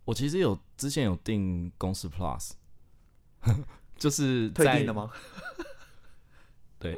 我其实之前有订公司 Plus， 就是退订了吗？ 对，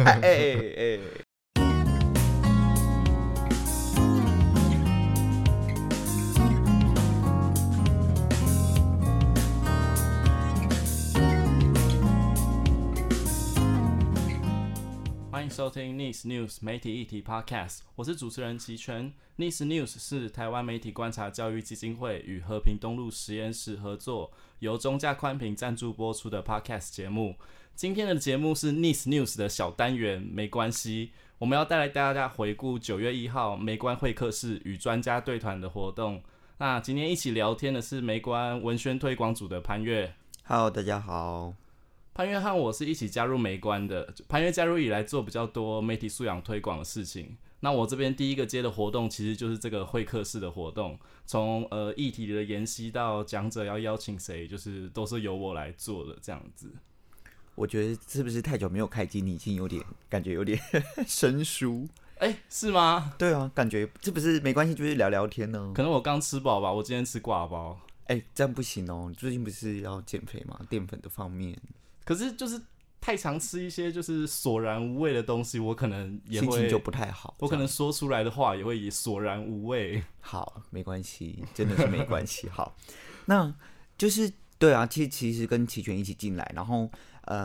欢迎收听 Nice News 媒体议题 Podcast， 我是主持人齐全。Nice News 是台湾媒体观察教育基金会与和平东路实验室合作，由中价宽频赞助播出的 Podcast 节目。今天的节目是 Nice News 的小单元，没关系，我们要带来大家回顾9月1号媒观会客室与专家对谈的活动。那今天一起聊天的是媒观文宣推广组的潘越。 Hello， 大家好。 潘越和我是一起加入媒观的，潘越加入以来做比较多媒体素养推广的事情。那我这边第一个接的活动其实就是这个会客室的活动，从议题的研析到讲者要邀请谁，就是都是由我来做的这样子。 我觉得是不是太久没有开机，你已经感觉有点生疏？ 是吗？ 对啊，感觉这不是没关系，就是聊聊天呢。 可能我刚吃饱吧，我今天吃挂包。 这样不行哦，你最近不是要减肥吗？淀粉的方面。 可是就是太常吃一些就是索然无味的东西，我可能也会心情就不太好。 我可能说出来的话也会索然无味。 好，没关系，真的是没关系。好，那就是对啊，其实跟齐全一起进来，然后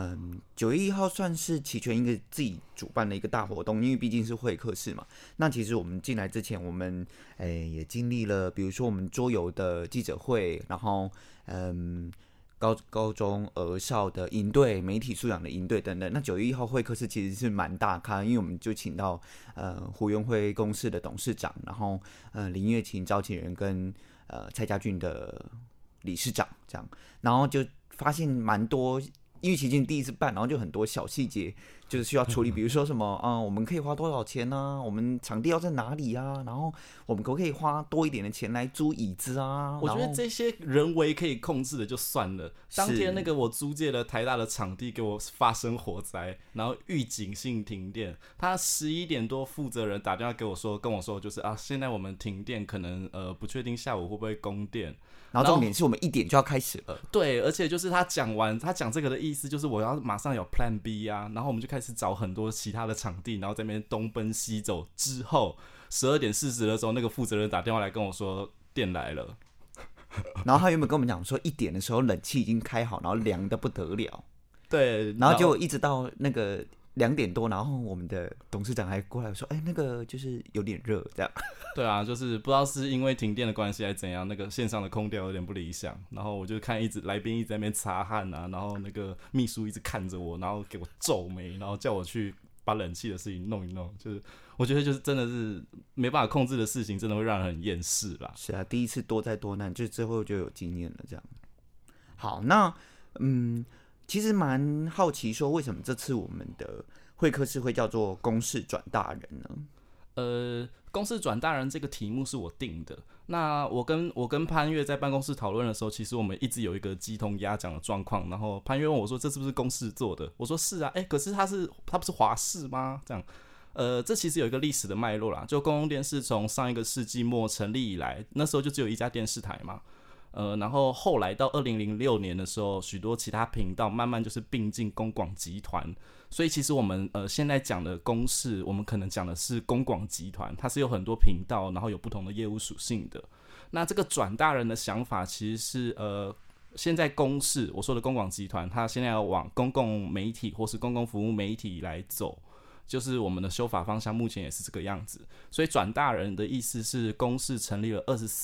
9月1号算是齐全一个自己主办的一个大活动，因为毕竟是会客室嘛。那其实我们进来之前，我们也经历了，比如说我们桌游的记者会，然后高中儿少的营队、媒体素养的营队等等。那9月1号会客室其实是蛮大咖，因为我们就请到胡元辉公司的董事长，然后林月琴召集人跟蔡家俊的理事长这样，然后就发现蛮多。因为齐全第一次办，然后就很多小细节就是需要处理，比如说什么我们可以花多少钱啊？我们场地要在哪里啊？然后我们可不可以花多一点的钱来租椅子啊？ 我觉得这些人为可以控制的就算了。当天那个我租借了台大的场地给我发生火灾，然后预警性停电，他11点多负责人打电话跟我说就是现在我们停电，可能不确定下午会不会供电。 然后重点是我们1点就要开始了。 对，而且就是他讲这个的意思就是我要马上有 Plan B 啊，然后我们就开始找很多其他的场地，然后在那边东奔西走。之后12点40的时候，那个负责人打电话来跟我说电来了。 然后他原本跟我们讲说1点的时候冷气已经开好，然后凉的不得了。 对， 然后就一直到那个2点多，然后我们的董事长还过来说：“那个就是有点热，这样。” 对啊，就是不知道是因为停电的关系还是怎样，那个线上的空调有点不理想。然后我就看来宾一直在那边擦汗啊，然后那个秘书一直看着我，然后给我皱眉，然后叫我去把冷气的事情弄一弄。就是我觉得就是真的是没办法控制的事情，真的会让人很厌世啦。 是啊，第一次多灾多难，就之后就有经验了。这样。好，那其实蛮好奇说，为什么这次我们的会客室会叫做公事转大人呢？ 公事转大人这个题目是我定的。那我跟潘越在办公室讨论的时候，其实我们一直有一个鸡同鸭讲的状况。然后潘越问我说：“这是不是公事做的？”我说：“是啊。”可是他不是华视吗？这样。这其实有一个历史的脉络啦。就公共电视从上一个世纪末成立以来，那时候就只有一家电视台嘛。然后后来到2006年的时候，许多其他频道慢慢就是并进公广集团，所以其实我们现在讲的公视，我们可能讲的是公广集团，它是有很多频道，然后有不同的业务属性的。那这个转大人的想法其实是现在公视我说的公广集团，它现在要往公共媒体或是公共服务媒体来走。就是我们的修法方向目前也是这个样子，所以转大人的意思是公视成立了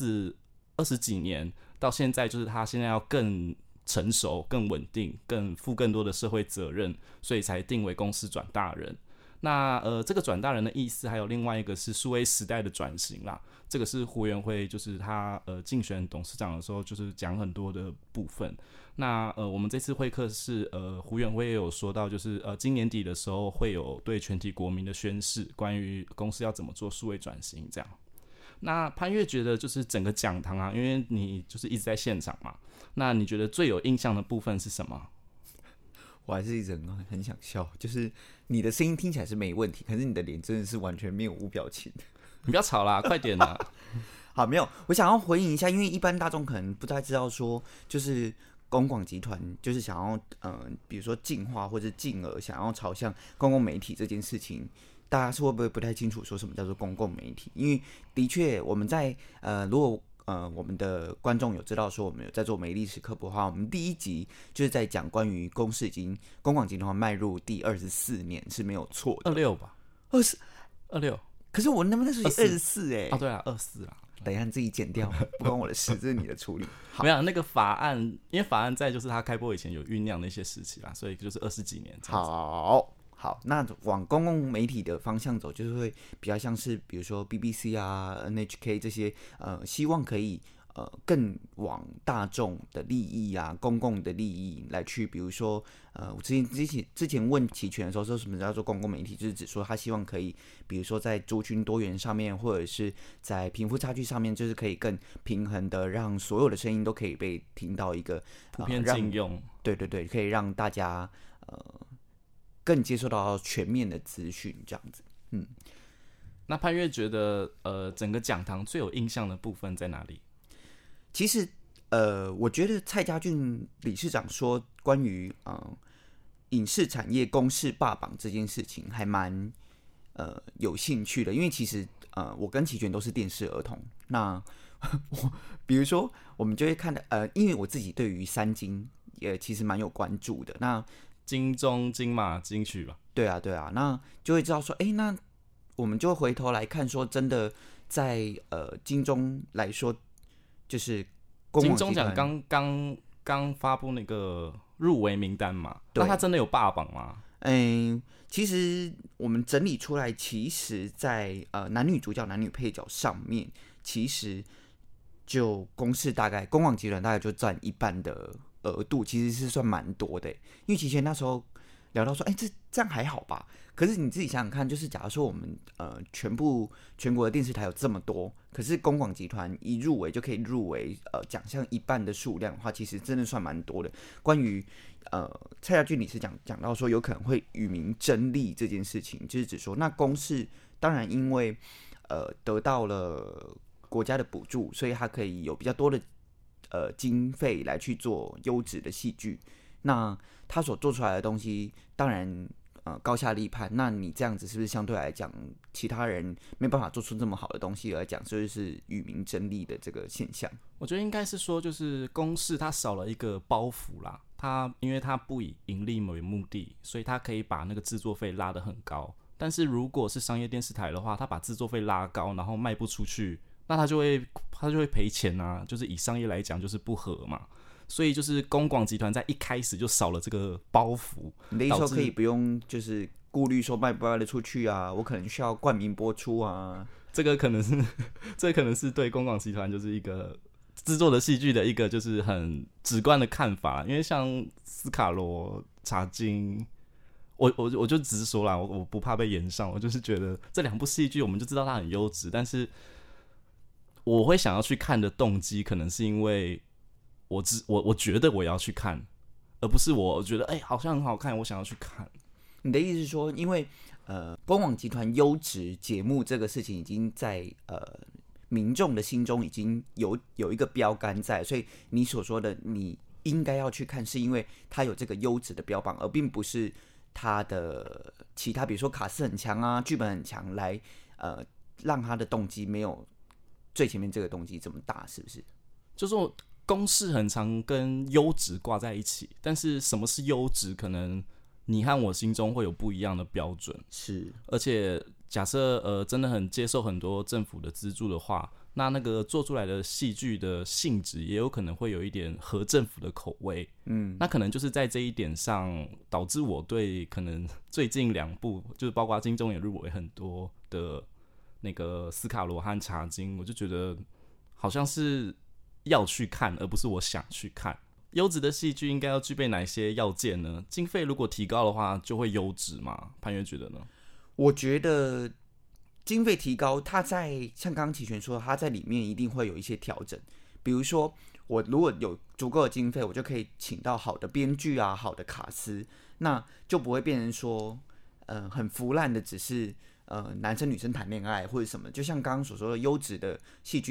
20几年，到现在就是他现在要更成熟、更稳定、负更多的社会责任，所以才定为公司转大人。那这个转大人的意思还有另外一个是数位时代的转型啦，这个是胡元辉就是他竞选董事长的时候就是讲很多的部分。那我们这次会客是胡元辉也有说到，就是今年底的时候会有对全体国民的宣示，关于公司要怎么做数位转型这样。那潘越觉得就是整个讲堂啊，因为你就是一直在现场嘛，那你觉得最有印象的部分是什么？ 我还是一直很想笑，就是你的声音听起来是没问题，可是你的脸真的是完全没有无表情。 你不要吵啦，快点啦！ 好，没有，我想要回应一下，因为一般大众可能不太知道说，就是公广集团就是想要比如说进化或者进而想要朝向公共媒体这件事情，大家是会不会不太清楚说什么叫做公共媒体？因为的确我们在如果我们的观众有知道说我们有在做媒历史科普的话，我们第一集就是在讲关于公视已经公广集团迈入第24年是没有错的 26吧 ，26，可是我那时候24哎， 哦对啊24啦， 等一下你自己剪掉，不关我的事，这是你的处理。 没有那个法案，因为法案在就是他开播以前有酝酿的一些时期啦，所以就是20几年这样子。 好，那往公共媒体的方向走，就是会比较像是比如说 BBC 啊、NHK 这些，希望可以更往大众的利益啊、公共的利益来去，比如说我之前问齐全的时候说什么叫做公共媒体，就是指说他希望可以，比如说在族群多元上面，或者是在贫富差距上面，就是可以更平衡的让所有的声音都可以被听到一个普遍禁用， 对，可以让大家更接受到全面的资讯，这样子。 那潘越觉得整个讲堂最有印象的部分在哪里？ 其实我觉得蔡家俊理事长说关于影视产业公视霸榜这件事情还蛮有兴趣的，因为其实我跟齐全都是电视儿童，那比如说我们就会看的因为我自己对于三金也其实蛮有关注的，那金钟、金马、金曲吧。 对啊，那就会知道说，那我们就回头来看，说真的，在金钟来说，就是金钟奖刚发布那个入围名单嘛，那他真的有霸榜吗？ 其实我们整理出来，其实在男女主角、男女配角上面，其实就公广集团大概就占一半的额度，其实是算蛮多的。因为其实那时候聊到说，这样还好吧？可是你自己想想看，就是假如说我们全国的电视台有这么多，可是公广集团一入围就可以入围奖项一半的数量的话，其实真的算蛮多的。关于蔡家俊理事讲到说有可能会与民争利这件事情，就是指说那公视当然因为得到了国家的补助，所以它可以有比较多的经费来去做优质的戏剧。那他所做出来的东西，当然高下立判。那你这样子是不是相对来讲，其他人没办法做出这么好的东西来讲，所以是与民争利的这个现象？ 我觉得应该是说，就是公视它少了一个包袱啦。因为它不以盈利为目的，所以它可以把那个制作费拉得很高。但是如果是商业电视台的话，它把制作费拉高，然后卖不出去，那它就会赔钱啊。就是以商业来讲，就是不合嘛。所以就是公广集团在一开始就少了这个包袱。 你的意思说可以不用就是顾虑说卖不卖得出去啊？我可能需要冠名播出啊。 这可能是对公广集团就是一个制作的戏剧的一个就是很直观的看法。因为像斯卡罗、茶金，我就只是说啦，我不怕被延上，我就是觉得这两部戏剧我们就知道它很优质，但是我会想要去看的动机，可能是因为我觉得我要去看，而不是我觉得好像很好看，我想要去看。 你的意思是说，因为公广集团优质节目这个事情已经在民众的心中已经有一个标杆在，所以你所说的你应该要去看，是因为它有这个优质的标榜，而并不是它的其他，比如说卡斯很强啊、剧本很强，来让它的动机没有最前面这个动机这么大，是不是？ 就是我公式很常跟优质挂在一起，但是什么是优质，可能你和我心中会有不一样的标准。 是， 而且假设真的很接受很多政府的资助的话，那个做出来的戏剧的性质也有可能会有一点合政府的口味。那可能就是在这一点上导致我对可能最近两部就是包括金钟也入围很多的那个斯卡罗和茶金，我就觉得好像是要去看，而不是我想去看。优质的戏剧应该要具备哪些要件呢？经费如果提高的话，就会优质吗？潘越觉得呢？ 我觉得经费提高，它在像刚刚齐全说，它在里面一定会有一些调整。比如说，我如果有足够的经费，我就可以请到好的编剧啊，好的卡司，那就不会变成说，很腐烂的，只是男生女生谈恋爱或者什么。就像刚刚所说的，优质的戏剧，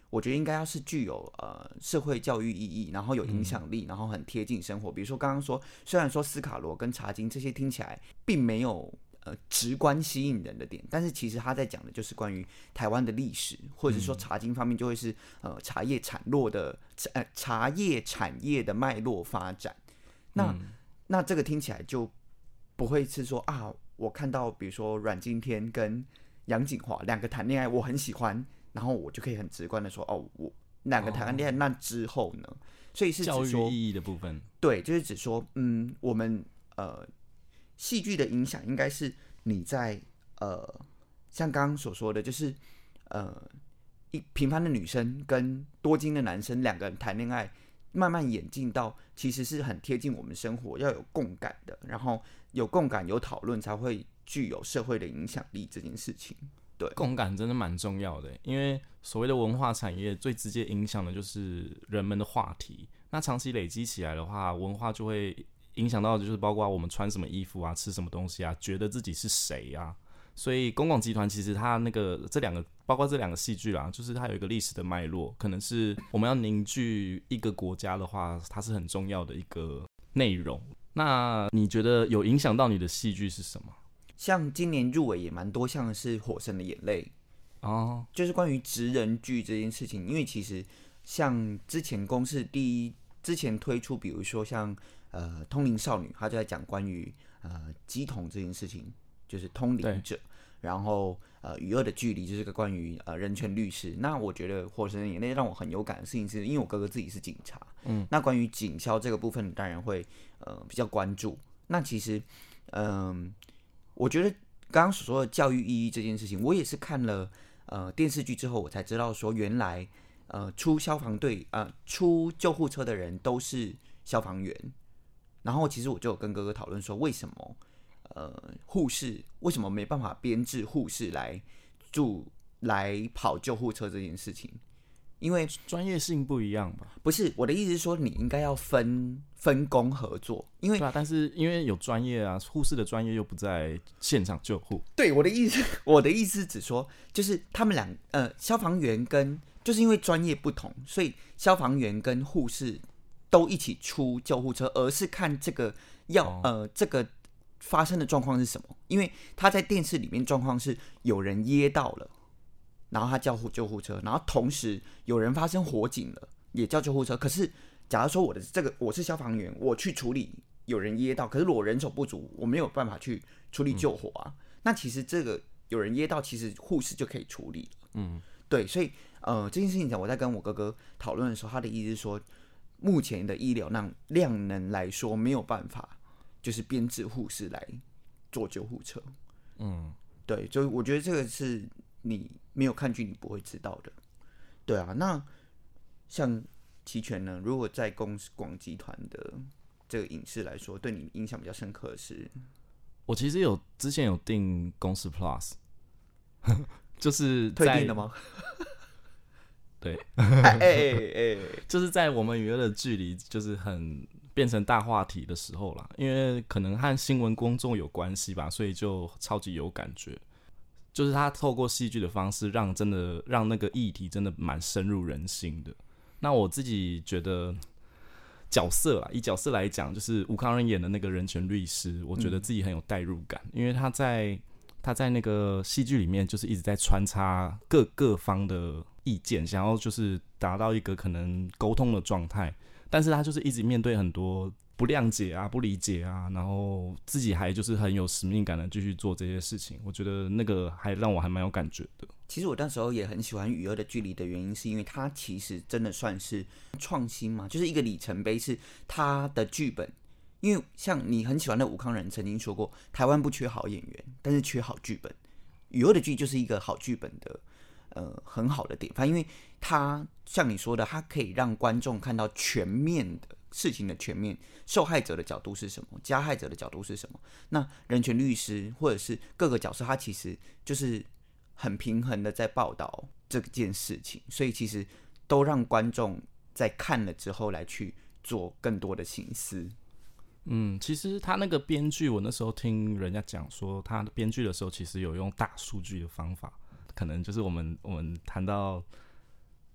我觉得应该要是具有社会教育意义，然后有影响力，然后很贴近生活。比如说刚刚说，虽然说斯卡罗跟茶经这些听起来并没有直观吸引人的点，但是其实他在讲的就是关于台湾的历史，或者是说茶经方面就会是茶叶茶叶产业的脉络发展。那这个听起来就不会是说啊，我看到比如说阮经天跟杨谨华两个谈恋爱，我很喜欢。然后我就可以很直观的说，我两个谈完恋爱，那之后呢？所以是指说教育意义的部分， 对，就是指说，我们戏剧的影响应该是你在像刚刚所说的，就是平凡的女生跟多金的男生两个人谈恋爱，慢慢演进到其实是很贴近我们生活，要有共感的，然后有共感有讨论，才会具有社会的影响力这件事情。对， 共感真的蛮重要的，因为所谓的文化产业最直接影响的就是人们的话题。那长期累积起来的话，文化就会影响到，就是包括我们穿什么衣服啊，吃什么东西啊，觉得自己是谁啊。所以公广集团其实它包括这两个戏剧啦，就是它有一个历史的脉络，可能是我们要凝聚一个国家的话，它是很重要的一个内容。那你觉得有影响到你的戏剧是什么？ 像今年入围也蛮多项的是《火神的眼泪》哦，就是关于职人剧这件事情。因为其实像之前公视之前推出，比如说像通灵少女，她就在讲关于乩童这件事情，就是通灵者。然后与恶的距离就是个关于人权律师。那我觉得《火神的眼泪》让我很有感的事情是，因为我哥哥自己是警察，那关于警消这个部分当然会比较关注。那其实我觉得刚刚所说的教育意义这件事情，我也是看了电视剧之后，我才知道说原来出消防队出救护车的人都是消防员。然后其实我就有跟哥哥讨论说，为什么护士为什么没办法编制护士来跑救护车这件事情？因为专业性不一样吧？ 不是，我的意思是说，你应该要分工合作。因为对啊，但是因为有专业啊，护士的专业又不在现场救护。 对，我的意思只说，就是他们消防员就是因为专业不同，所以消防员跟护士都一起出救护车，而是看这个这个发生的状况是什么。因为他在电视里面状况是有人噎到了，然后他叫救护车，然后同时有人发生火警了，也叫救护车。可是假如说我是消防员，我去处理有人噎到，可是我人手不足，我没有办法去处理救火啊。那其实这个有人噎到，其实护士就可以处理了。对，所以这件事情我在跟我哥哥讨论的时候，他的意思是说，目前的医疗量能来说没有办法，就是编制护士来做救护车。对，就我觉得这个是你没有看剧你不会知道的。对啊，那像齐全呢？如果在公广集团的这个影视来说，对你影响比较深刻的是， 我其实之前有订公视 Plus， 就是退订了吗？ 对，就是在我们娱乐的距离就是很变成大话题的时候啦，因为可能和新闻公众有关系吧，所以就超级有感觉。就是他透过戏剧的方式让那个议题真的蛮深入人心的。那我自己觉得以角色来讲，就是吴慷仁演的那个人权律师，我觉得自己很有代入感，因为他在那个戏剧里面就是一直在穿插各方的意见，想要就是达到一个可能沟通的状态，但是他就是一直面对很多不谅解啊、不理解啊，然后自己还就是很有使命感的继续做这些事情。我觉得那个还让我还蛮有感觉的。 其实我那时候也很喜欢《与恶的距离》的原因，是因为它其实真的算是创新嘛，就是一个里程碑，是它的剧本。因为像你很喜欢的吴慷仁曾经说过，台湾不缺好演员，但是缺好剧本。《与恶的距离》就是一个好剧本的很好的典范，因为它像你说的，它可以让观众看到全面的事情的全面，受害者的角度是什么，加害者的角度是什么。那人权律师或者是各个角色，他其实就是很平衡的在报道这件事情，所以其实都让观众在看了之后来去做更多的省思。 其实他那个编剧，我那时候听人家讲说，他编剧的时候其实有用大数据的方法，可能就是我们谈到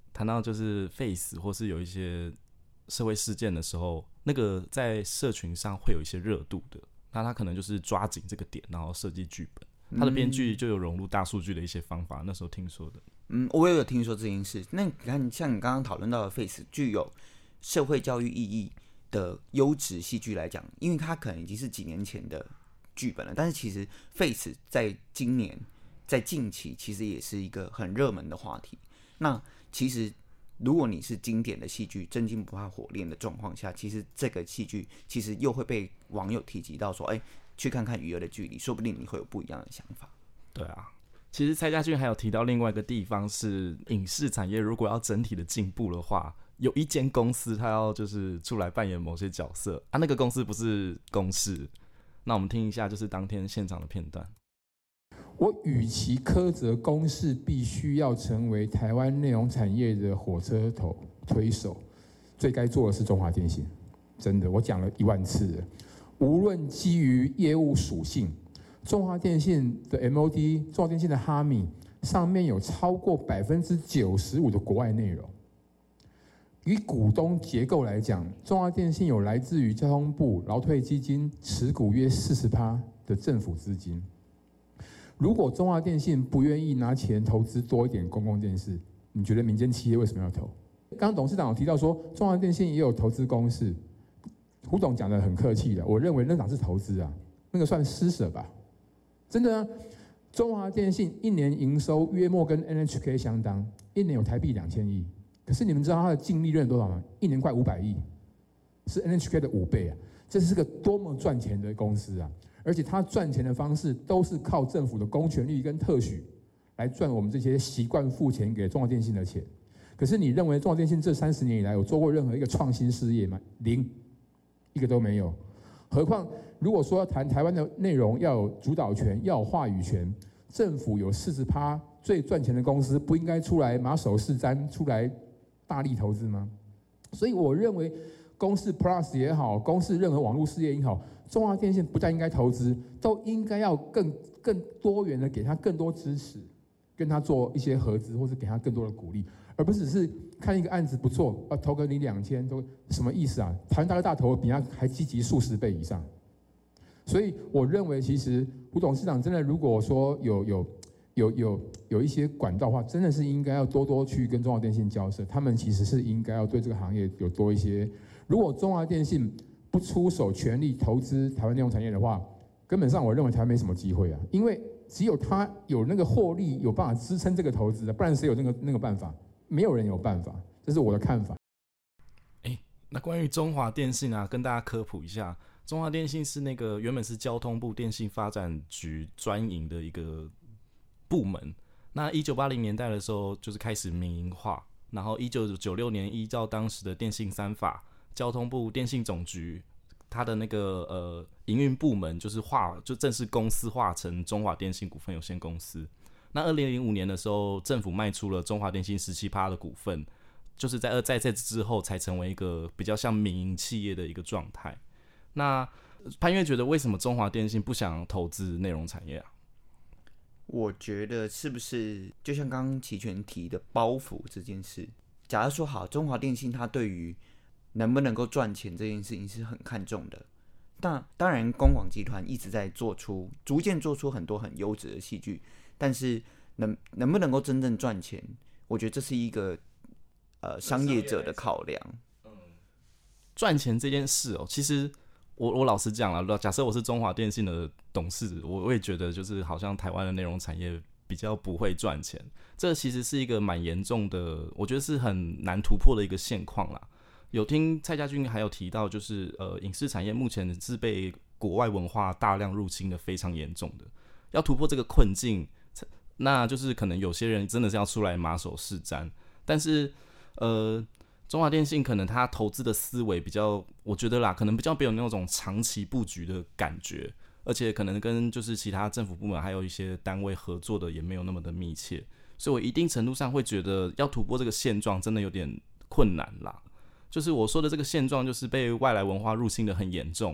谈到就是 Face 或是有一些社会事件的时候，那个在社群上会有一些热度的，那他可能就是抓紧这个点，然后设计剧本。他的编剧就有融入大数据的一些方法，那时候听说的。 我也有听说这件事。那你看，像你刚刚讨论到的 Face 具有社会教育意义的优质戏剧来讲，因为它可能已经是几年前的剧本了，但是其实 Face 在今年在近期其实也是一个很热门的话题。那其实如果你是经典的戏剧真金不怕火炼的状况下，其实这个戏剧其实又会被网友提及到说，去看看《余儿的距离》，说不定你会有不一样的想法。 对啊，其实蔡家俊还有提到另外一个地方是，影视产业如果要整体的进步的话，有一间公司它要就是出来扮演某些角色啊，那个公司不是公视。那我们听一下就是当天现场的片段。 我与其苛责公视必须要成为台湾内容产业的火车头推手，最该做的是中华电信。真的，我讲了10000次了。无论基于业务属性，中华电信的 MOD、中华电信的哈密上面有超过95%的国外内容。以股东结构来讲，中华电信有来自于交通部劳退基金持股约40%的政府资金。如果中华电信不愿意拿钱投资多一点公共电视，你觉得民间企业为什么要投？刚刚董事长有提到说，中华电信也有投资公视。胡董讲的很客气的，我认为那哪是投资啊，那个算施舍吧。真的啊，中华电信一年营收约莫跟 NHK 相当，一年有台币2000亿。可是你们知道它的净利润多少吗？一年快500亿，是 NHK 的5倍啊！这是个多么赚钱的公司啊！而且它赚钱的方式都是靠政府的公权力跟特许来赚我们这些习惯付钱给中华电信的钱。可是你认为中华电信这30年以来有做过任何一个创新事业吗？零。一个都没有，何况如果说要谈台湾的内容要有主导权，要有话语权，政府有40%最赚钱的公司，不应该出来马首是瞻，出来大力投资吗？所以我认为，公视 Plus 也好，公视任何网络事业也好，中华电信不但应该投资，都应该要更多元的给他更多支持，跟他做一些合资，或是给他更多的鼓励。而不是只是看一个案子不错，投个你2000，都什么意思啊？台湾大投比他还积极数十倍以上，所以我认为，其实胡董事长真的，如果说有一些管道的话，真的是应该要多去跟中华电信交涉，他们其实是应该要对这个行业有多一些。如果中华电信不出手全力投资台湾内容产业的话，根本上我认为台湾没什么机会啊，因为只有他有那个获利，有办法支撑这个投资，不然谁有那个办法？没有人有办法，这是我的看法。 那关于中华电信啊，跟大家科普一下，中华电信是那个原本是交通部电信发展局专营的一个部门。那1980年代的时候，就是开始民营化，然后1996年依照当时的电信3法，交通部电信总局它的那个营运部门就正式公司化成中华电信股份有限公司。那2005年的时候，政府卖出了中华电信17%的股份，就是在这之后才成为一个比较像民营企业的一个状态。那潘越觉得，为什么中华电信不想投资内容产业啊？ 我觉得是不是就像刚刚齐全提的包袱这件事？假如说好，中华电信它对于能不能够赚钱这件事情是很看重的。那当然，公广集团一直在逐渐做出很多很优质的戏剧。但是能不能够真正赚钱，我觉得这是一个商业者的考量。 赚钱这件事哦，其实我老实讲了，假设我是中华电信的董事，我也觉得就是好像台湾的内容产业比较不会赚钱，这其实是一个蛮严重的，我觉得是很难突破的一个现况啦。有听蔡家俊还有提到，就是影视产业目前是被国外文化大量入侵的非常严重的，要突破这个困境。那就是可能有些人真的是要出来马首是瞻，但是中华电信可能他投资的思维比较，我觉得啦，可能比较没有那种长期布局的感觉，而且可能跟就是其他政府部门还有一些单位合作的也没有那么的密切，所以我一定程度上会觉得要突破这个现状真的有点困难啦。就是我说的这个现状，就是被外来文化入侵的很严重。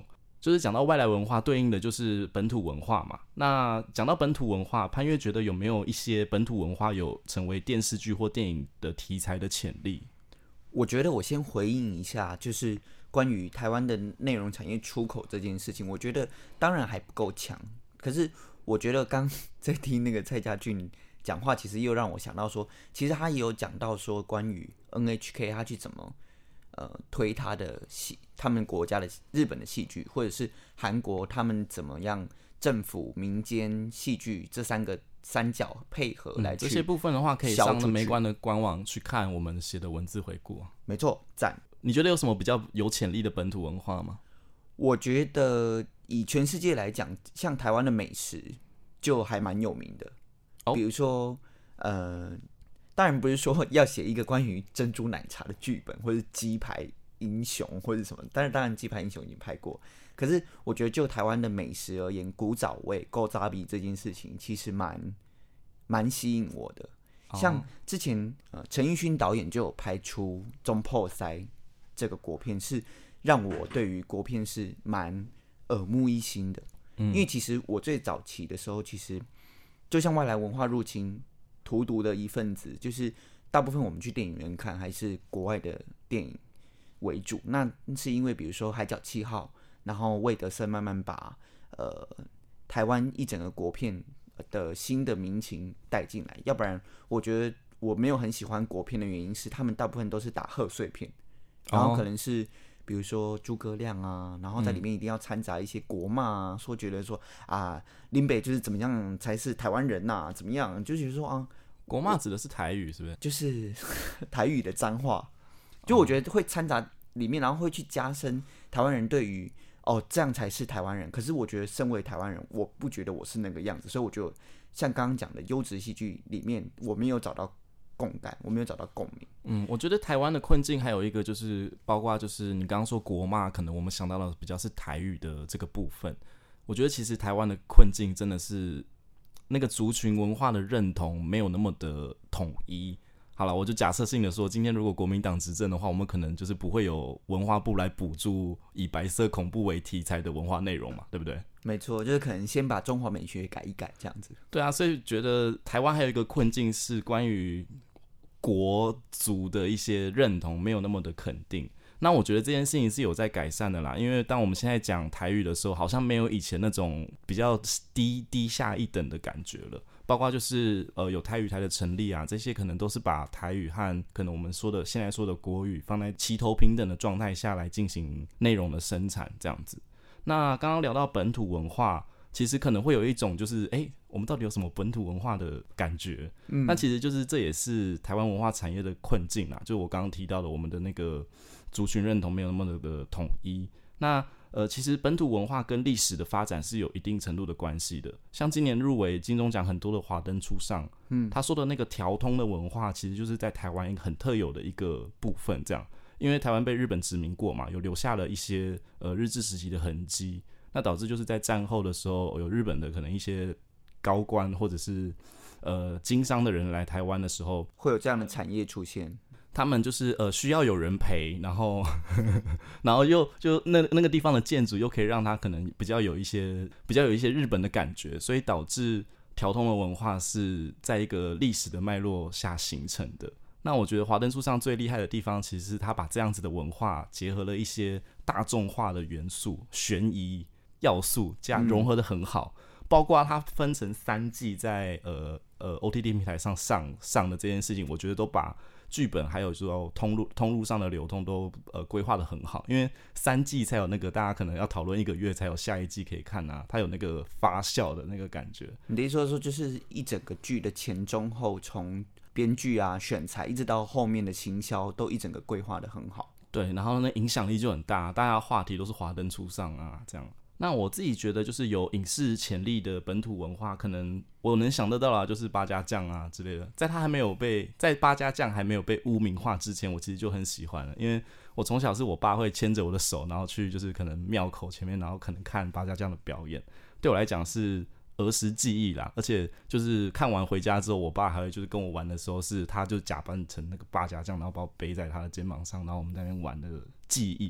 就是讲到外来文化对应的就是本土文化嘛。那讲到本土文化，潘越觉得有没有一些本土文化有成为电视剧或电影的题材的潜力？ 我觉得我先回应一下，就是关于台湾的内容产业出口这件事情，我觉得当然还不够强。可是我觉得刚在听那个蔡家俊讲话，其实又让我想到说，其实他也有讲到说关于 NHK 他去怎么推他们国家的日本的戏剧，或者是韩国他们怎么样政府、民间、戏剧这三角配合来去、 这些部分的话，可以上那媒观的官网去看我们写的文字回顾。 没错，赞。 你觉得有什么比较有潜力的本土文化吗？ 我觉得以全世界来讲，像台湾的美食就还蛮有名的。比如说，当然不是说要写一个关于珍珠奶茶的剧本，或者是鸡排英雄或者什么，但是当然鸡排英雄已经拍过。可是我觉得就台湾的美食而言，古早味、古早味这件事情其实蛮吸引我的。像之前陈奕迅导演就有拍出《中破塞》这个国片，是让我对于国片是蛮耳目一新的。因为其实我最早期的时候，其实就像外来文化入侵荼毒的一份子，就是大部分我们去电影院看还是国外的电影为主。那是因为比如说《海角七号》，然后魏德森慢慢把台湾一整个国片的新的民情带进来。要不然我觉得我没有很喜欢国片的原因是，他们大部分都是打贺岁片，然后可能是比如说诸葛亮啊，然后在里面一定要掺杂一些国骂啊，说觉得说啊林北就是怎么样才是台湾人啊，怎么样，就觉得说啊， 国骂指的是台语是不是？ 就是台语的脏话，就我觉得会掺杂里面，然后会去加深台湾人对于这样才是台湾人。可是我觉得身为台湾人，我不觉得我是那个样子，所以我就像刚刚讲的优质戏剧里面，我没有找到共感，我没有找到共鸣。 我觉得台湾的困境还有一个就是包括就是你刚刚说国骂，可能我们想到的比较是台语的这个部分。我觉得其实台湾的困境真的是那个族群文化的认同没有那么的统一。好了，我就假设性的说，今天如果国民党执政的话，我们可能就是不会有文化部来补助以白色恐怖为题材的文化内容嘛，对不对？ 没错，就是可能先把中华美学改一改这样子。 对啊，所以觉得台湾还有一个困境是关于国族的一些认同没有那么的肯定。那我觉得这件事情是有在改善的啦，因为当我们现在讲台语的时候，好像没有以前那种比较低下一等的感觉了。包括就是有台语台的成立啊，这些可能都是把台语和可能我们现在说的国语放在齐头平等的状态下来进行内容的生产这样子。那刚刚聊到本土文化，其实可能会有一种就是我们到底有什么本土文化的感觉？那其实就是这也是台湾文化产业的困境啦，就我刚刚提到的，我们的那个族群认同没有那么的统一。那其实本土文化跟历史的发展是有一定程度的关系的。像今年入围金钟奖很多的华灯初上，他说的那个调通的文化，其实就是在台湾很特有的一个部分。这样，因为台湾被日本殖民过嘛，有留下了一些日治时期的痕迹，那导致就是在战后的时候，有日本的可能一些高官或者是经商的人来台湾的时候， 会有这样的产业出现。 他们就是需要有人陪，然后又就那个地方的建筑又可以让他可能比较有一些日本的感觉，所以导致调通的文化是在一个历史的脉络下形成的。那我觉得华灯初上最厉害的地方，其实是他把这样子的文化结合了一些大众化的元素、悬疑要素，融合的很好。包括它分成3季在OTT 平台上的这件事情，我觉得都把剧本还有说通路上的流通都规划的很好，因为3季才有那个大家可能要讨论1个月才有下一季可以看啊，它有那个发酵的那个感觉。 你的意思说就是一整个剧的前中后，从编剧啊选材一直到后面的行销都一整个规划的很好。 对，然后呢影响力就很大，大家话题都是华灯初上啊这样。那我自己觉得就是有影视潜力的本土文化，可能我能想得到啦，就是八家将啊之类的。在八家将还没有被污名化之前，我其实就很喜欢了，因为我从小是我爸会牵着我的手，然后去就是可能庙口前面，然后可能看八家将的表演，对我来讲是儿时记忆啦。而且就是看完回家之后，我爸还会就是跟我玩的时候，是他就假扮成那个八家将，然后把我背在他的肩膀上，然后我们在那边玩的记忆。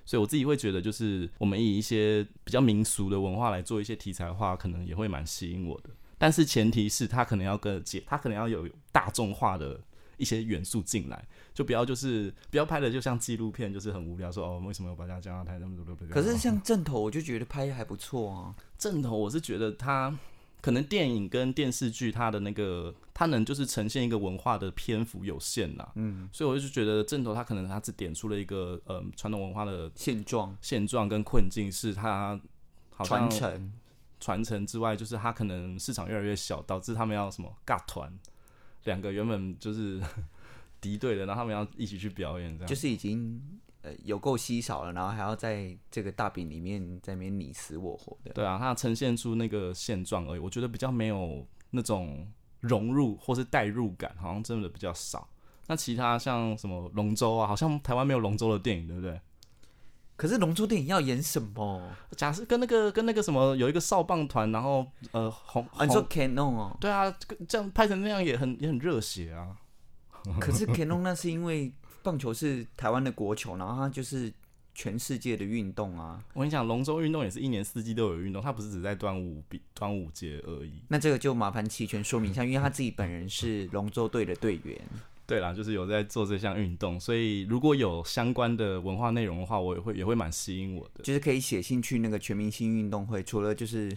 所以我自己会觉得，就是我们以一些比较民俗的文化来做一些题材的话，可能也会蛮吸引我的。但是前提是它可能要它可能要有大众化的一些元素进来，就不要拍的就像纪录片，就是很无聊说为什么有把它降到台那么多。 可是像正头，我就觉得拍还不错啊。 正头我是觉得它可能电影跟电视剧它的那个它能就是呈现一个文化的篇幅有限啦，所以我就觉得正头它可能它只点出了一个传统文化的现状跟困境，是它好像传承之外，就是它可能市场越来越小，导致他们要什么尬团，两个原本就是敌对的，然后他们要一起去表演，这样就是已经有够稀少了，然后还要在这个大饼里面在那边你死我活的。 对啊，它呈现出那个现状而已，我觉得比较没有那种融入或是代入感，好像真的比较少。那其他像什么龙舟啊，好像台湾没有龙舟的电影，对不对？ 可是龙舟电影要演什么？ 假设跟那个什么有一个少棒团，然后你说 Canon 哦？ 对啊，这样拍成那样也很热血啊。 可是 Canon 那是因为棒球是台湾的国球，然后它就是全世界的运动啊。 我跟你讲，龙舟运动也是一年四季都有运动，它不是只在端午节而已。 那这个就麻烦齐全说明一下，因为他自己本人是龙舟队的队员。 对啦，就是有在做这项运动，所以如果有相关的文化内容的话，我也会蛮吸引我的。 就是可以写信去那个全明星运动会，除了就是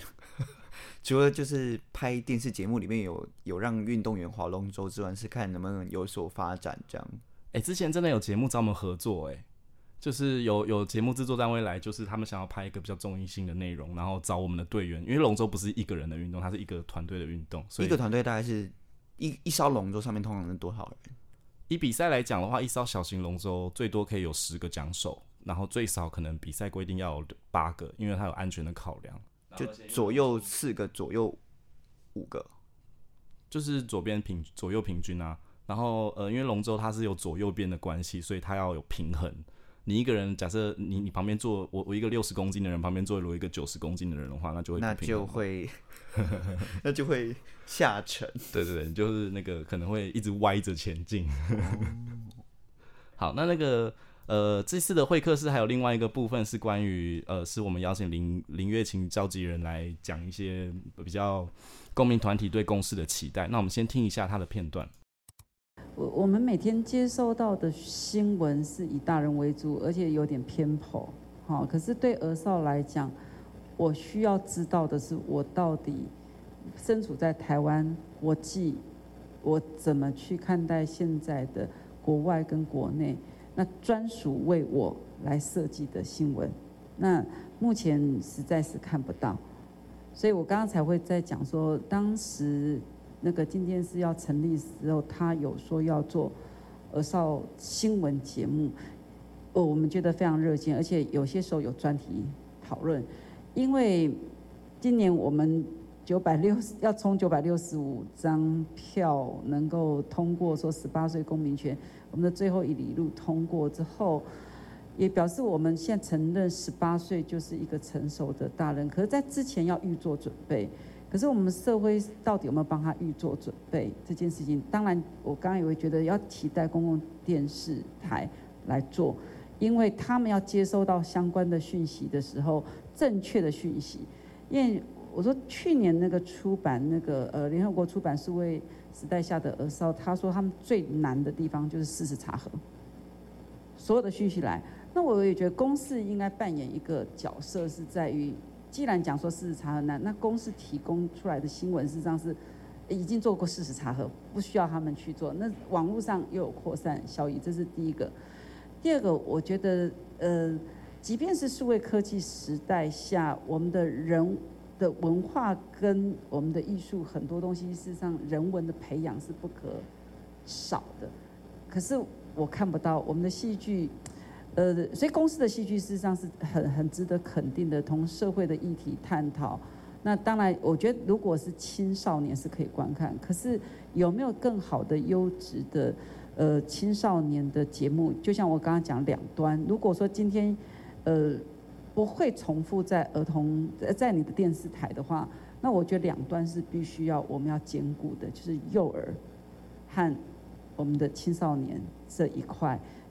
拍电视节目里面有让运动员划龙舟之外，是看能不能有所发展这样。 之前真的有节目找我们合作，就是有节目制作单位来，就是他们想要拍一个比较综艺性的内容，然后找我们的队员，因为龙舟不是一个人的运动，它是一个团队的运动，所以一个团队大概是一艘龙舟上面通常是多少人？ 以比赛来讲的话，一艘小型龙舟最多可以有10个桨手，然后最少可能比赛规定要有8个，因为它有安全的考量。 就左右4个，左右5个， 就是左右平均啊。然后因为龙舟它是有左右边的关系，所以它要有平衡。你一个人，假设你旁边坐我一个60公斤的人，旁边坐一个90公斤的人的话，那就会不平衡， 那就会下沉。 对，就是那个可能会一直歪着前进。好，那个这次的会客室还有另外一个部分是关于是我们邀请林月琴召集人来讲一些比较公民团体对公视的期待。那我们先听一下他的片段。 我们每天接收到的新闻是以大人为主，而且有点偏颇。可是对儿少来讲，我需要知道的是，我到底身处在台湾国际，我怎么去看待现在的国外跟国内，那专属为我来设计的新闻，那目前实在是看不到。所以我刚刚才会在讲说，当时那个静电视要成立的时候，他有说要做儿少新闻节目，我们觉得非常热心，而且有些时候有专题讨论。因为今年我们要冲965张票能够通过说18岁公民权，我们的最后一里路通过之后，也表示我们现在承认18岁就是一个成熟的大人，可是在之前要预做准备。可是我们社会到底有没有帮他预做准备这件事情？当然，我刚刚也会觉得要期待公共电视台来做，因为他们要接收到相关的讯息的时候，正确的讯息。因为我说去年那个出版那个联合国出版数位时代下的儿少，他说他们最难的地方就是事实查核，所有的讯息来。那我也觉得公视应该扮演一个角色，是在于。既然讲说事实查核难，那公司提供出来的新闻事实上是已经做过事实查核，不需要他们去做。那网络上又有扩散效益，这是第一个。第二个，我觉得即便是数位科技时代下，我们的人的文化跟我们的艺术很多东西，事实上人文的培养是不可少的。可是我看不到我们的戏剧。所以公司的戏剧事实上是很值得肯定的，同社会的议题探讨。那当然，我觉得如果是青少年是可以观看，可是有没有更好的优质的青少年的节目？就像我刚刚讲两端，如果说今天不会重复在在你的电视台的话，那我觉得两端是必须我们要兼顾的，就是幼儿和我们的青少年这一块。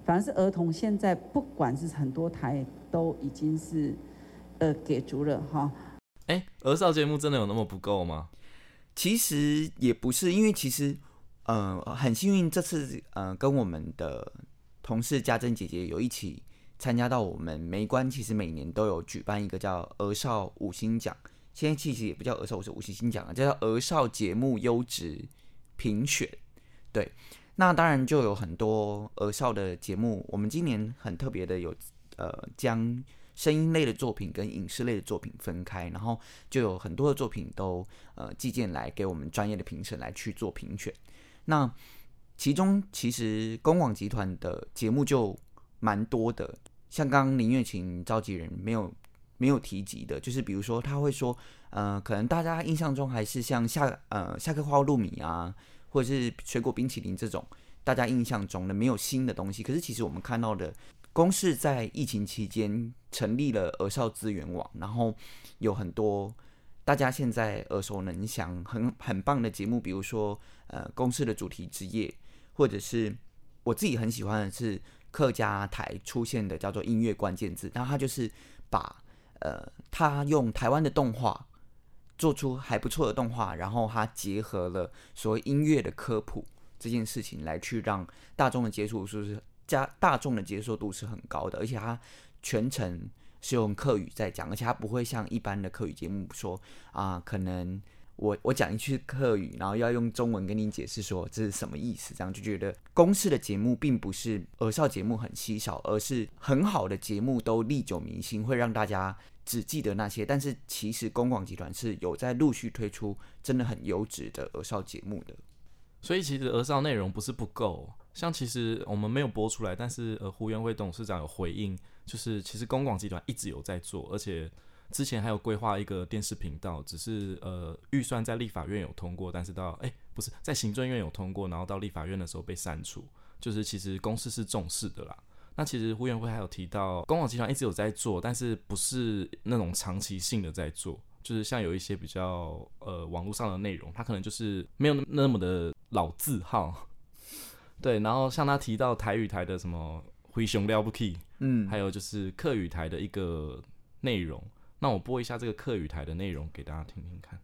反而是儿童现在不管是很多台都已经是给足了哈。 儿少节目真的有那么不够吗？ 其实也不是，因为其实很幸运这次跟我们的同事家珍姐姐有一起参加到我们媒观，其实每年都有举办一个叫儿少五星奖，现在其实也不叫儿少五星奖了，叫儿少节目优质评选。对，那当然就有很多儿少的节目，我们今年很特别的有将声音类的作品跟影视类的作品分开，然后就有很多的作品都寄件来给我们专业的评审来去做评选。那其中其实公广集团的节目就蛮多的，像刚刚林月琴召集人没有提及的，就是比如说他会说，可能大家印象中还是像下课花露米啊，或者是水果冰淇淋这种大家印象中的没有新的东西。可是其实我们看到的，公视在疫情期间成立了儿少资源网，然后有很多大家现在耳熟能详很棒的节目，比如说公视的主题之夜，或者是我自己很喜欢的是客家台出现的叫做音乐关键字，然后他就是把他用台湾的动画做出还不错的动画，然后他结合了所谓音乐的科普这件事情来去让大众的接触度是很高的，而且他全程是用客语在讲，而且他不会像一般的客语节目说可能我讲一句客语，然后要用中文跟你解释说这是什么意思，这样就觉得公视的节目并不是儿少节目很稀少，而是很好的节目都历久弥新，会让大家只记得那些。但是其实公广集团是有在陆续推出真的很优质的儿少节目的。 所以其实儿少内容不是不够，像其实我们没有播出来，但是胡元辉董事长有回应，就是其实公广集团一直有在做，而且之前还有规划一个电视频道，只是预算在立法院有通过，但是不是在行政院有通过，然后到立法院的时候被删除，就是其实公视是重视的啦。那其实胡元辉还有提到，公广集团一直有在做，但是不是那种长期性的在做，就是像有一些比较网络上的内容，它可能就是没有那么的老字号，对。然后像他提到台语台的什么灰熊了不起，还有就是客语台的一个内容，那我播一下这个客语台的内容给大家听听看。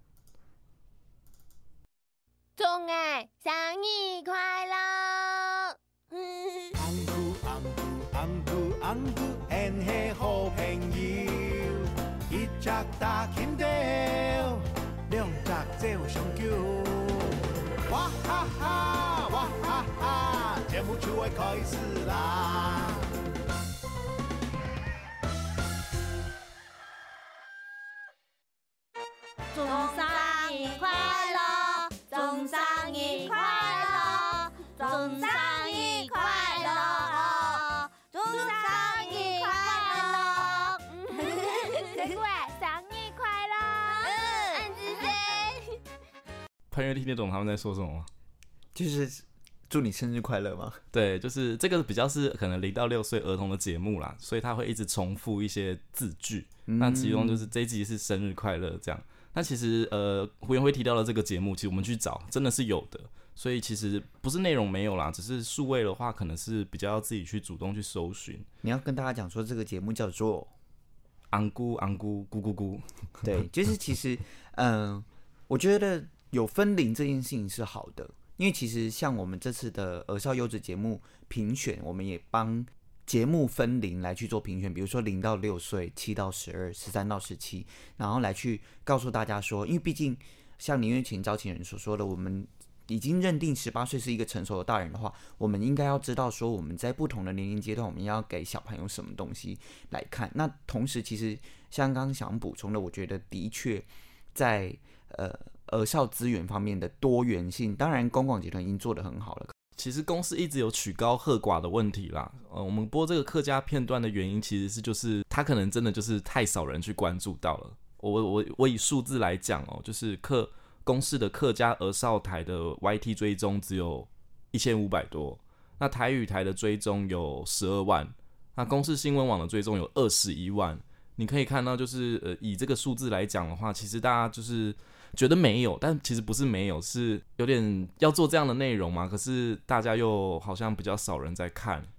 钟爱生日快乐！ 红姑hen係好朋友，一隻大金條，兩隻照相叫。哇哈哈，哇哈哈，節目就會開始啦！ 祝生日快樂，祝生日快樂，祝生日快樂，祝生日快樂！谁过来？生日快乐！安子谁？ 潘越听得懂他们在说什么吗？ 就是祝你生日快乐吗？ 对，就是这个比较是可能0到6岁儿童的节目啦，所以他会一直重复一些字句。那其中就是这一集是生日快乐这样。那其实胡元辉提到的这个节目，其实我们去找真的是有的，所以其实不是内容没有啦，只是数位的话可能是比较要自己去主动去搜寻。 你要跟大家讲说这个节目叫做昂咕昂咕咕咕咕， 对，就是其实我觉得有分龄这件事情是好的，因为其实像我们这次的儿少优质节目评选，我们也帮节目分龄来去做评选，比如说0到6岁、7到12、13到17，然后来去告诉大家说，因为毕竟像林月琴召集人所说的，我们已经认定18岁是一个成熟的大人的话，我们应该要知道说我们在不同的年龄阶段，我们要给小朋友什么东西来看。那同时，其实像刚刚想补充的，我觉得的确在儿少资源方面的多元性，当然公广集团已经做得很好了。 其实公司一直有曲高和寡的问题啦。我们播这个客家片段的原因，其实是就是它可能真的就是太少人去关注到了。我以数字来讲就是公视的客家儿少台的 YT 追踪只有1500多，那台语台的追踪有12万，那公视新闻网的追踪有21万。你可以看到，就是以这个数字来讲的话，其实大家就是觉得没有，但其实不是没有，是有点要做这样的内容嘛，可是大家又好像比较少人在看。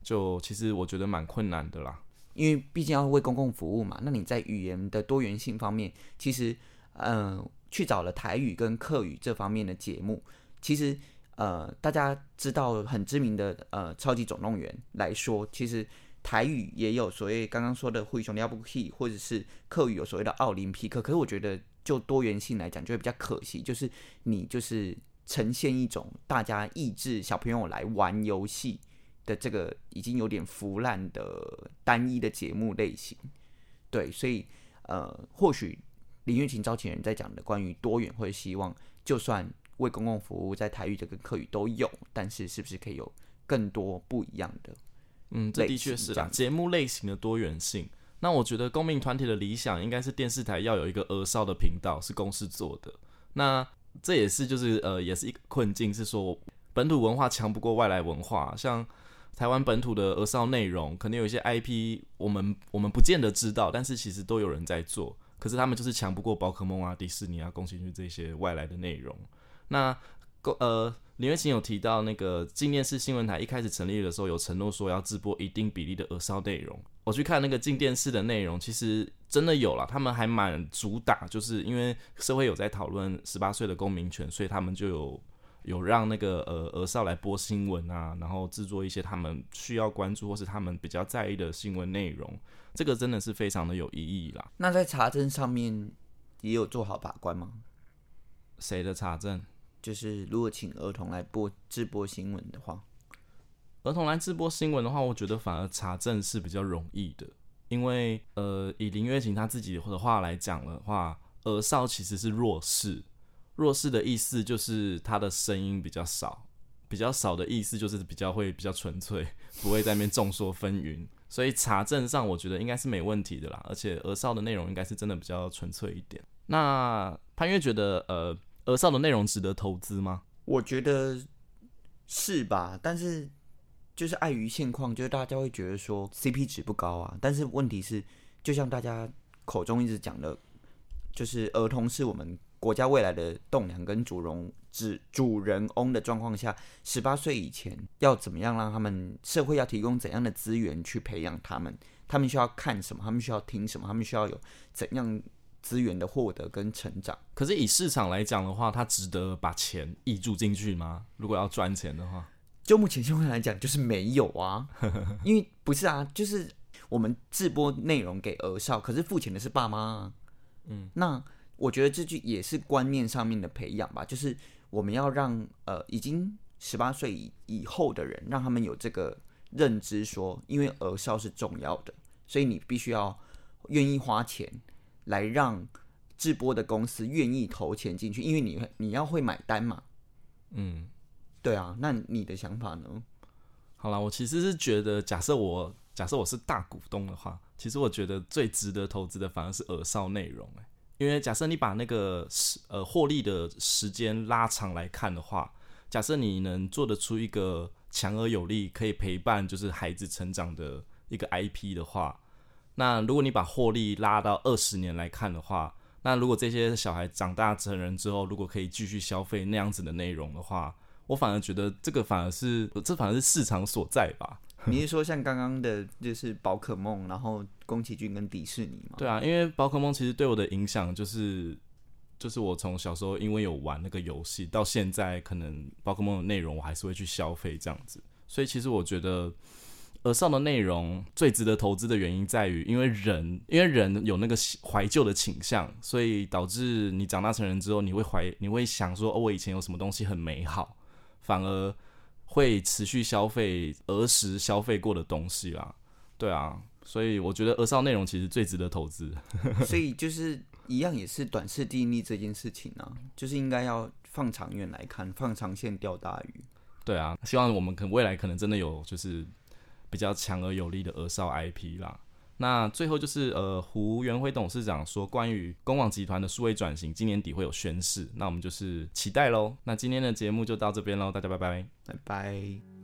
就其实我觉得蛮困难的啦。 因为毕竟要为公共服务嘛，那你在语言的多元性方面，其实去找了台语跟客语这方面的节目，其实大家知道很知名的超级总动员来说，其实台语也有所谓刚刚说的灰熊了不起，或者是客语有所谓的奥林匹克。可是我觉得就多元性来讲，就会比较可惜，就是你就是呈现一种大家抑制小朋友来玩游戏的这个已经有点腐烂的单一的节目类型。对，所以或许林月琴召集人在讲的关于多元，会希望就算为公共服务在台语这个客语都有，但是是不是可以有更多不一样的？ 这的确是啦，节目类型的多元性。那我觉得公民团体的理想应该是电视台要有一个儿少的频道，是公视做的。那这也是就是也是一个困境，是说本土文化强不过外来文化，像台湾本土的儿少内容，可能有一些 IP 我们不见得知道，但是其实都有人在做，可是他们就是强不过宝可梦啊、迪士尼啊、宫崎骏这些外来的内容。那林月琴有提到那个静电视新闻台一开始成立的时候有承诺说要直播一定比例的儿少内容。我去看那个静电视的内容，其实真的有啦，他们还蛮主打，就是因为社会有在讨论18岁的公民权，所以他们就有让那个儿少来播新闻啊，然后制作一些他们需要关注或是他们比较在意的新闻内容，这个真的是非常的有意义啦。 那在查证上面也有做好把关吗？ 谁的查证？ 就是如果请儿童来直播新闻的话， 儿童来直播新闻的话，我觉得反而查证是比较容易的，因为以林月琴他自己的话来讲的话，儿少其实是弱势，弱势的意思就是他的声音比较少，比较少的意思就是比较纯粹，不会在那边众说纷纭，所以查证上我觉得应该是没问题的啦，而且儿少的内容应该是真的比较纯粹一点。那潘越觉得儿少的内容值得投资吗？ 我觉得是吧，但是就是碍于现况，就是大家会觉得说 CP 值不高啊。但是问题是，就像大家口中一直讲的，就是儿童是我们国家未来的栋梁跟主人翁的状况下，18岁以前要怎么样让他们社会要提供怎样的资源去培养他们？他们需要看什么？他们需要听什么？他们需要有怎样资源的获得跟成长？ 可是以市场来讲的话，它值得把钱挹注进去吗？如果要赚钱的话， 就目前情况来讲，就是没有啊。因为不是啊，就是我们直播内容给儿少，可是付钱的是爸妈啊。那我觉得这就也是观念上面的培养吧，就是我们要让已经18岁以后的人，让他们有这个认知说，因为儿少是重要的，所以你必须要愿意花钱来让直播的公司愿意投钱进去，因为你要会买单嘛。对啊，那你的想法呢？ 好啦，我其实是觉得，假设我是大股东的话，其实我觉得最值得投资的反而是儿少内容因为假设你把那个获利的时间拉长来看的话，假设你能做得出一个强而有力，可以陪伴就是孩子成长的一个 IP 的话，那如果你把获利拉到20年来看的话，那如果这些小孩长大成人之后，如果可以继续消费那样子的内容的话，我反而觉得这反而是市场所在吧。 你是说像刚刚的就是宝可梦，然后宫崎骏跟迪士尼吗？ 对啊，因为宝可梦其实对我的影响就是我从小时候因为有玩那个游戏，到现在可能宝可梦的内容我还是会去消费这样子，所以其实我觉得儿少的内容最值得投资的原因在于，因为人有那个怀旧的倾向，所以导致你长大成人之后，你会想说，我以前有什么东西很美好，反而会持续消费儿时消费过的东西啦。对啊，所以我觉得儿少内容其实最值得投资。 所以就是一样也是短视近利这件事情啊，就是应该要放长远来看，放长线钓大鱼。 对啊，希望我们未来可能真的有就是比较强而有力的儿少 IP 啦。那最后就是胡元辉董事长说，关于公网集团的数位转型，今年底会有宣示，那我们就是期待咯。那今天的节目就到这边咯，大家拜拜， 拜拜。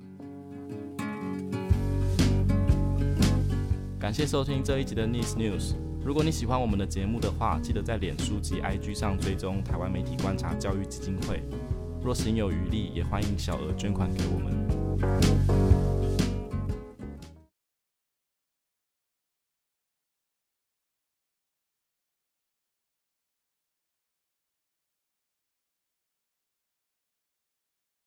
感谢收听这一集的 Nice News。如果你喜欢我们的节目的话，记得在脸书及 IG 上追踪台湾媒体观察教育基金会。若行有余力，也欢迎小额捐款给我们。